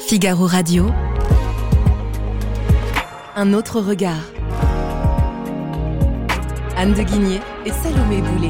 Figaro Radio. Un autre regard. Anne de Guigné et Salomé Boulet.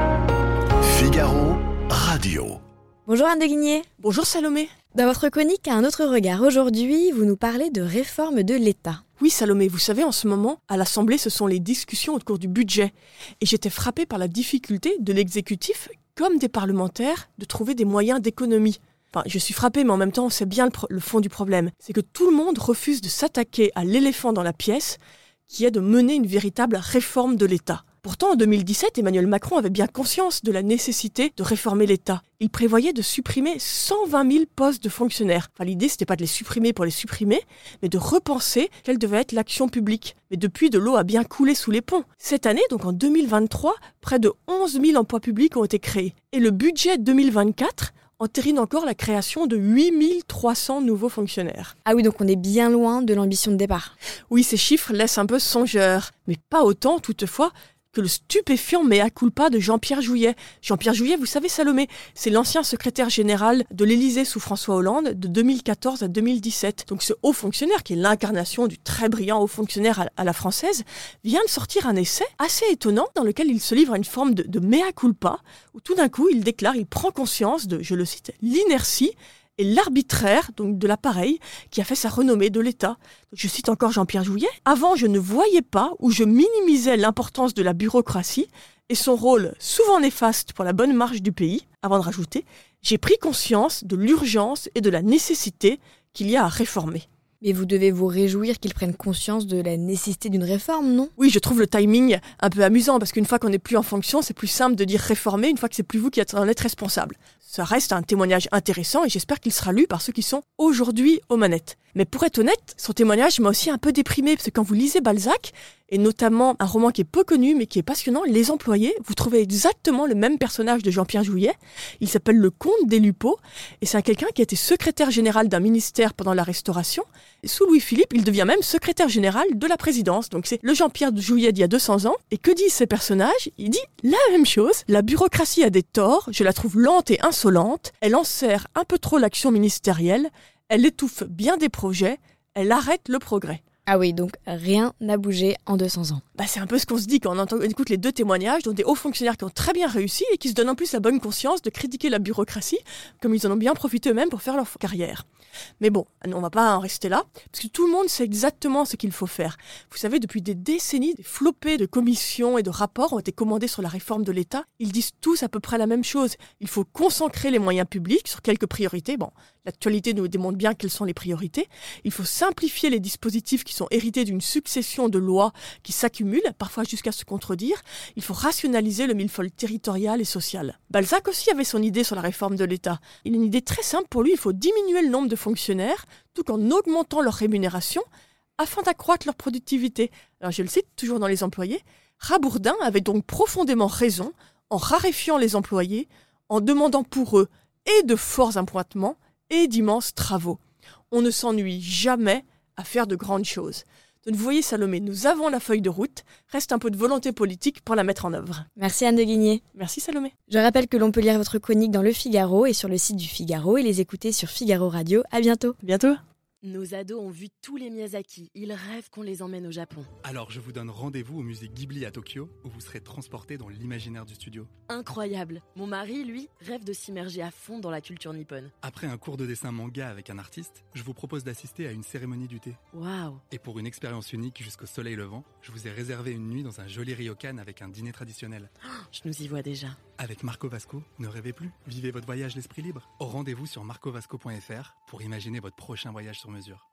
Figaro Radio. Bonjour Anne de Guigné. Bonjour Salomé. Dans votre chronique Un autre regard, aujourd'hui, vous nous parlez de réforme de l'État. Oui Salomé, vous savez, en ce moment, à l'Assemblée, ce sont les discussions autour du budget. Et j'étais frappée par la difficulté de l'exécutif, comme des parlementaires, de trouver des moyens d'économie. Enfin, je suis frappée, mais en même temps, c'est bien le fond du problème. C'est que tout le monde refuse de s'attaquer à l'éléphant dans la pièce, qui est de mener une véritable réforme de l'État. Pourtant, en 2017, Emmanuel Macron avait bien conscience de la nécessité de réformer l'État. Il prévoyait de supprimer 120 000 postes de fonctionnaires. Enfin, l'idée, c'était pas de les supprimer pour les supprimer, mais de repenser quelle devait être l'action publique. Mais depuis, de l'eau a bien coulé sous les ponts. Cette année, donc en 2023, près de 11 000 emplois publics ont été créés. Et le budget 2024 entérine encore la création de 8 300 nouveaux fonctionnaires. Ah oui, donc on est bien loin de l'ambition de départ. Oui, ces chiffres laissent un peu songeur, mais pas autant toutefois que le stupéfiant mea culpa de Jean-Pierre Jouyet. Jean-Pierre Jouyet, vous savez Salomé, c'est l'ancien secrétaire général de l'Élysée sous François Hollande de 2014 à 2017. Donc ce haut fonctionnaire, qui est l'incarnation du très brillant haut fonctionnaire à la française, vient de sortir un essai assez étonnant dans lequel il se livre à une forme de mea culpa, où tout d'un coup il déclare, il prend conscience de, je le cite, l'inertie et l'arbitraire donc de l'appareil qui a fait sa renommée de l'État. Je cite encore Jean-Pierre Jouyet. « Avant, je ne voyais pas ou je minimisais l'importance de la bureaucratie et son rôle souvent néfaste pour la bonne marche du pays. » Avant de rajouter, « J'ai pris conscience de l'urgence et de la nécessité qu'il y a à réformer. » Mais vous devez vous réjouir qu'ils prennent conscience de la nécessité d'une réforme, non ? Oui, je trouve le timing un peu amusant parce qu'une fois qu'on n'est plus en fonction, c'est plus simple de dire réformer une fois que c'est plus vous qui en êtes responsable. Ça reste un témoignage intéressant et j'espère qu'il sera lu par ceux qui sont aujourd'hui aux manettes. Mais pour être honnête, son témoignage m'a aussi un peu déprimé parce que quand vous lisez Balzac, et notamment un roman qui est peu connu mais qui est passionnant, Les Employés, vous trouvez exactement le même personnage de Jean-Pierre Jouyet. Il s'appelle le comte des Lupeaulx et c'est quelqu'un qui a été secrétaire général d'un ministère pendant la Restauration. Et sous Louis-Philippe, il devient même secrétaire général de la présidence. Donc c'est le Jean-Pierre Jouyet d'il y a 200 ans. Et que disent ces personnages ? Il dit la même chose. La bureaucratie a des torts, je la trouve lente et insolente, elle enserre un peu trop l'action ministérielle, elle étouffe bien des projets, elle arrête le progrès. Ah oui, donc rien n'a bougé en 200 ans. C'est un peu ce qu'on se dit quand on écoute les deux témoignages, dont des hauts fonctionnaires qui ont très bien réussi et qui se donnent en plus la bonne conscience de critiquer la bureaucratie, comme ils en ont bien profité eux-mêmes pour faire leur carrière. Mais bon, on va pas en rester là, parce que tout le monde sait exactement ce qu'il faut faire. Vous savez, depuis des décennies, des flopées de commissions et de rapports ont été commandés sur la réforme de l'État. Ils disent tous à peu près la même chose. Il faut concentrer les moyens publics sur quelques priorités. Bon, l'actualité nous démontre bien quelles sont les priorités. Il faut simplifier les dispositifs qui sont hérités d'une succession de lois qui s'accumulent, parfois jusqu'à se contredire. Il faut rationaliser le millefeuille territorial et social. Balzac aussi avait son idée sur la réforme de l'État. Il a une idée très simple pour lui, il faut diminuer le nombre de fonctionnaires, tout en augmentant leur rémunération, afin d'accroître leur productivité. Alors je le cite, toujours dans Les Employés, Rabourdin avait donc profondément raison en raréfiant les employés, en demandant pour eux et de forts appointements et d'immenses travaux. On ne s'ennuie jamais à faire de grandes choses. Donc vous voyez Salomé, nous avons la feuille de route, reste un peu de volonté politique pour la mettre en œuvre. Merci Anne de Guigné. Merci Salomé. Je rappelle que l'on peut lire votre chronique dans Le Figaro et sur le site du Figaro et les écouter sur Figaro Radio. À bientôt. Bientôt. Nos ados ont vu tous les Miyazaki. Ils rêvent qu'on les emmène au Japon. Alors je vous donne rendez-vous au musée Ghibli à Tokyo, où vous serez transportés dans l'imaginaire du studio. Incroyable. Mon mari, lui, rêve de s'immerger à fond dans la culture nippone. Après un cours de dessin manga avec un artiste, je vous propose d'assister à une cérémonie du thé. Waouh. Et pour une expérience unique jusqu'au soleil levant, je vous ai réservé une nuit dans un joli ryokan avec un dîner traditionnel. Je nous y vois déjà. Avec Marco Vasco, ne rêvez plus, vivez votre voyage l'esprit libre. Au rendez-vous sur marcovasco.fr pour imaginer votre prochain voyage sur mesure.